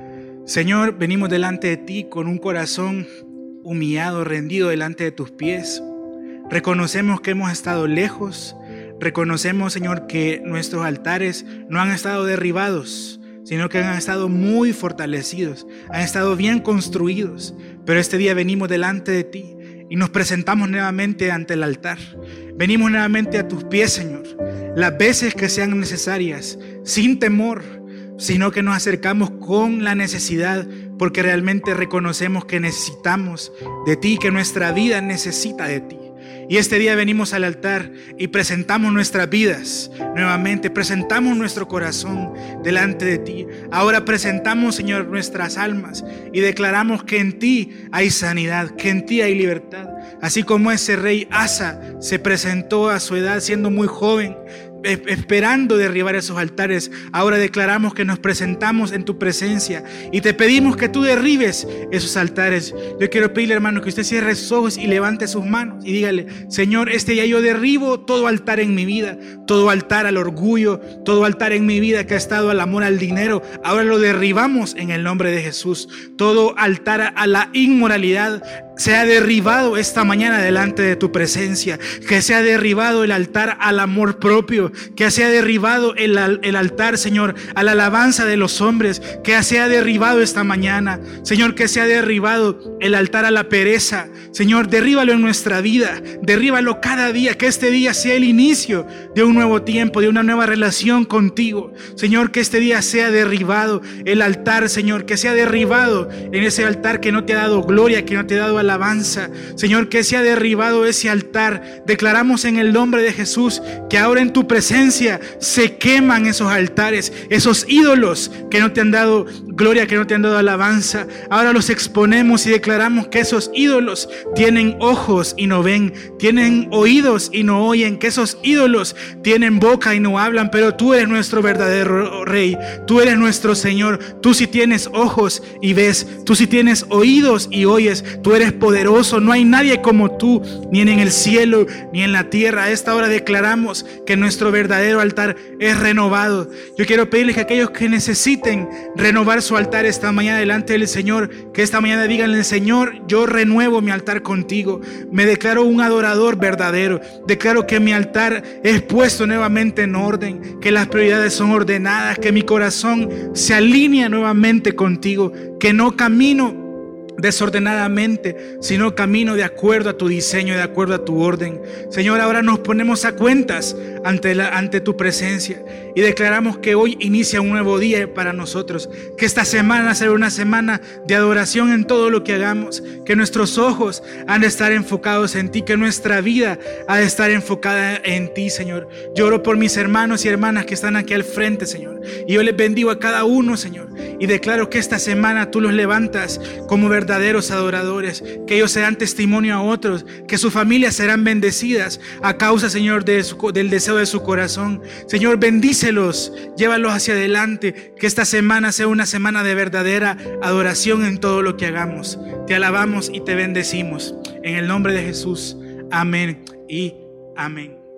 Señor, venimos delante de ti con un corazón humillado, rendido delante de tus pies. Reconocemos que hemos estado lejos. Reconocemos, Señor, que nuestros altares no han estado derribados, sino que han estado muy fortalecidos, han estado bien construidos. Pero este día venimos delante de ti y nos presentamos nuevamente ante el altar. Venimos nuevamente a tus pies, Señor, las veces que sean necesarias, sin temor, sino que nos acercamos con la necesidad, porque realmente reconocemos que necesitamos de ti, que nuestra vida necesita de ti. Y este día venimos al altar y presentamos nuestras vidas nuevamente, presentamos nuestro corazón delante de ti. Ahora presentamos, Señor, nuestras almas y declaramos que en ti hay sanidad, que en ti hay libertad. Así como ese rey Asa se presentó a su edad siendo muy joven, esperando derribar esos altares, ahora declaramos que nos presentamos en tu presencia y te pedimos que tú derribes esos altares. Yo quiero pedirle, hermano, que usted cierre sus ojos y levante sus manos y dígale, Señor, este día yo derribo todo altar en mi vida, todo altar al orgullo, todo altar en mi vida que ha estado al amor al dinero, ahora lo derribamos en el nombre de Jesús. Todo altar a la inmoralidad sea derribado esta mañana delante de tu presencia, que sea derribado el altar al amor propio, que sea derribado el, el altar, Señor, a la alabanza de los hombres, que sea derribado esta mañana, Señor, que sea derribado el altar a la pereza, Señor, derríbalo en nuestra vida, derríbalo cada día, que este día sea el inicio de un nuevo tiempo, de una nueva relación contigo, Señor, que este día sea derribado el altar, Señor, que sea derribado en ese altar que no te ha dado gloria, que no te ha dado alabanza. Alabanza, Señor, que se ha derribado ese altar. Declaramos en el nombre de Jesús que ahora en tu presencia se queman esos altares, esos ídolos que no te han dado gloria, que no te han dado alabanza. Ahora los exponemos y declaramos que esos ídolos tienen ojos y no ven, tienen oídos y no oyen, que esos ídolos tienen boca y no hablan, pero tú eres nuestro verdadero Rey, tú eres nuestro Señor. Tú sí tienes ojos y ves, tú sí tienes oídos y oyes, tú eres poderoso, no hay nadie como tú, ni en el cielo ni en la tierra. A esta hora declaramos que nuestro verdadero altar es renovado. Yo quiero pedirles que aquellos que necesiten renovar su altar esta mañana delante del Señor, que esta mañana díganle, Señor, yo renuevo mi altar contigo, me declaro un adorador verdadero, declaro que mi altar es puesto nuevamente en orden, que las prioridades son ordenadas, que mi corazón se alinea nuevamente contigo, que no camino desordenadamente, sino camino de acuerdo a tu diseño, de acuerdo a tu orden. Señor, ahora nos ponemos a cuentas ante, la, ante tu presencia y declaramos que hoy inicia un nuevo día para nosotros, que esta semana será una semana de adoración en todo lo que hagamos, que nuestros ojos han de estar enfocados en ti, que nuestra vida ha de estar enfocada en ti, Señor. Yo oro por mis hermanos y hermanas que están aquí al frente, Señor, y yo les bendigo a cada uno, Señor, y declaro que esta semana tú los levantas como verdaderos verdaderos adoradores, que ellos serán testimonio a otros, que sus familias serán bendecidas a causa, Señor, de su, del deseo de su corazón. Señor, bendícelos, llévalos hacia adelante, que esta semana sea una semana de verdadera adoración en todo lo que hagamos. Te alabamos y te bendecimos en el nombre de Jesús. Amén y amén.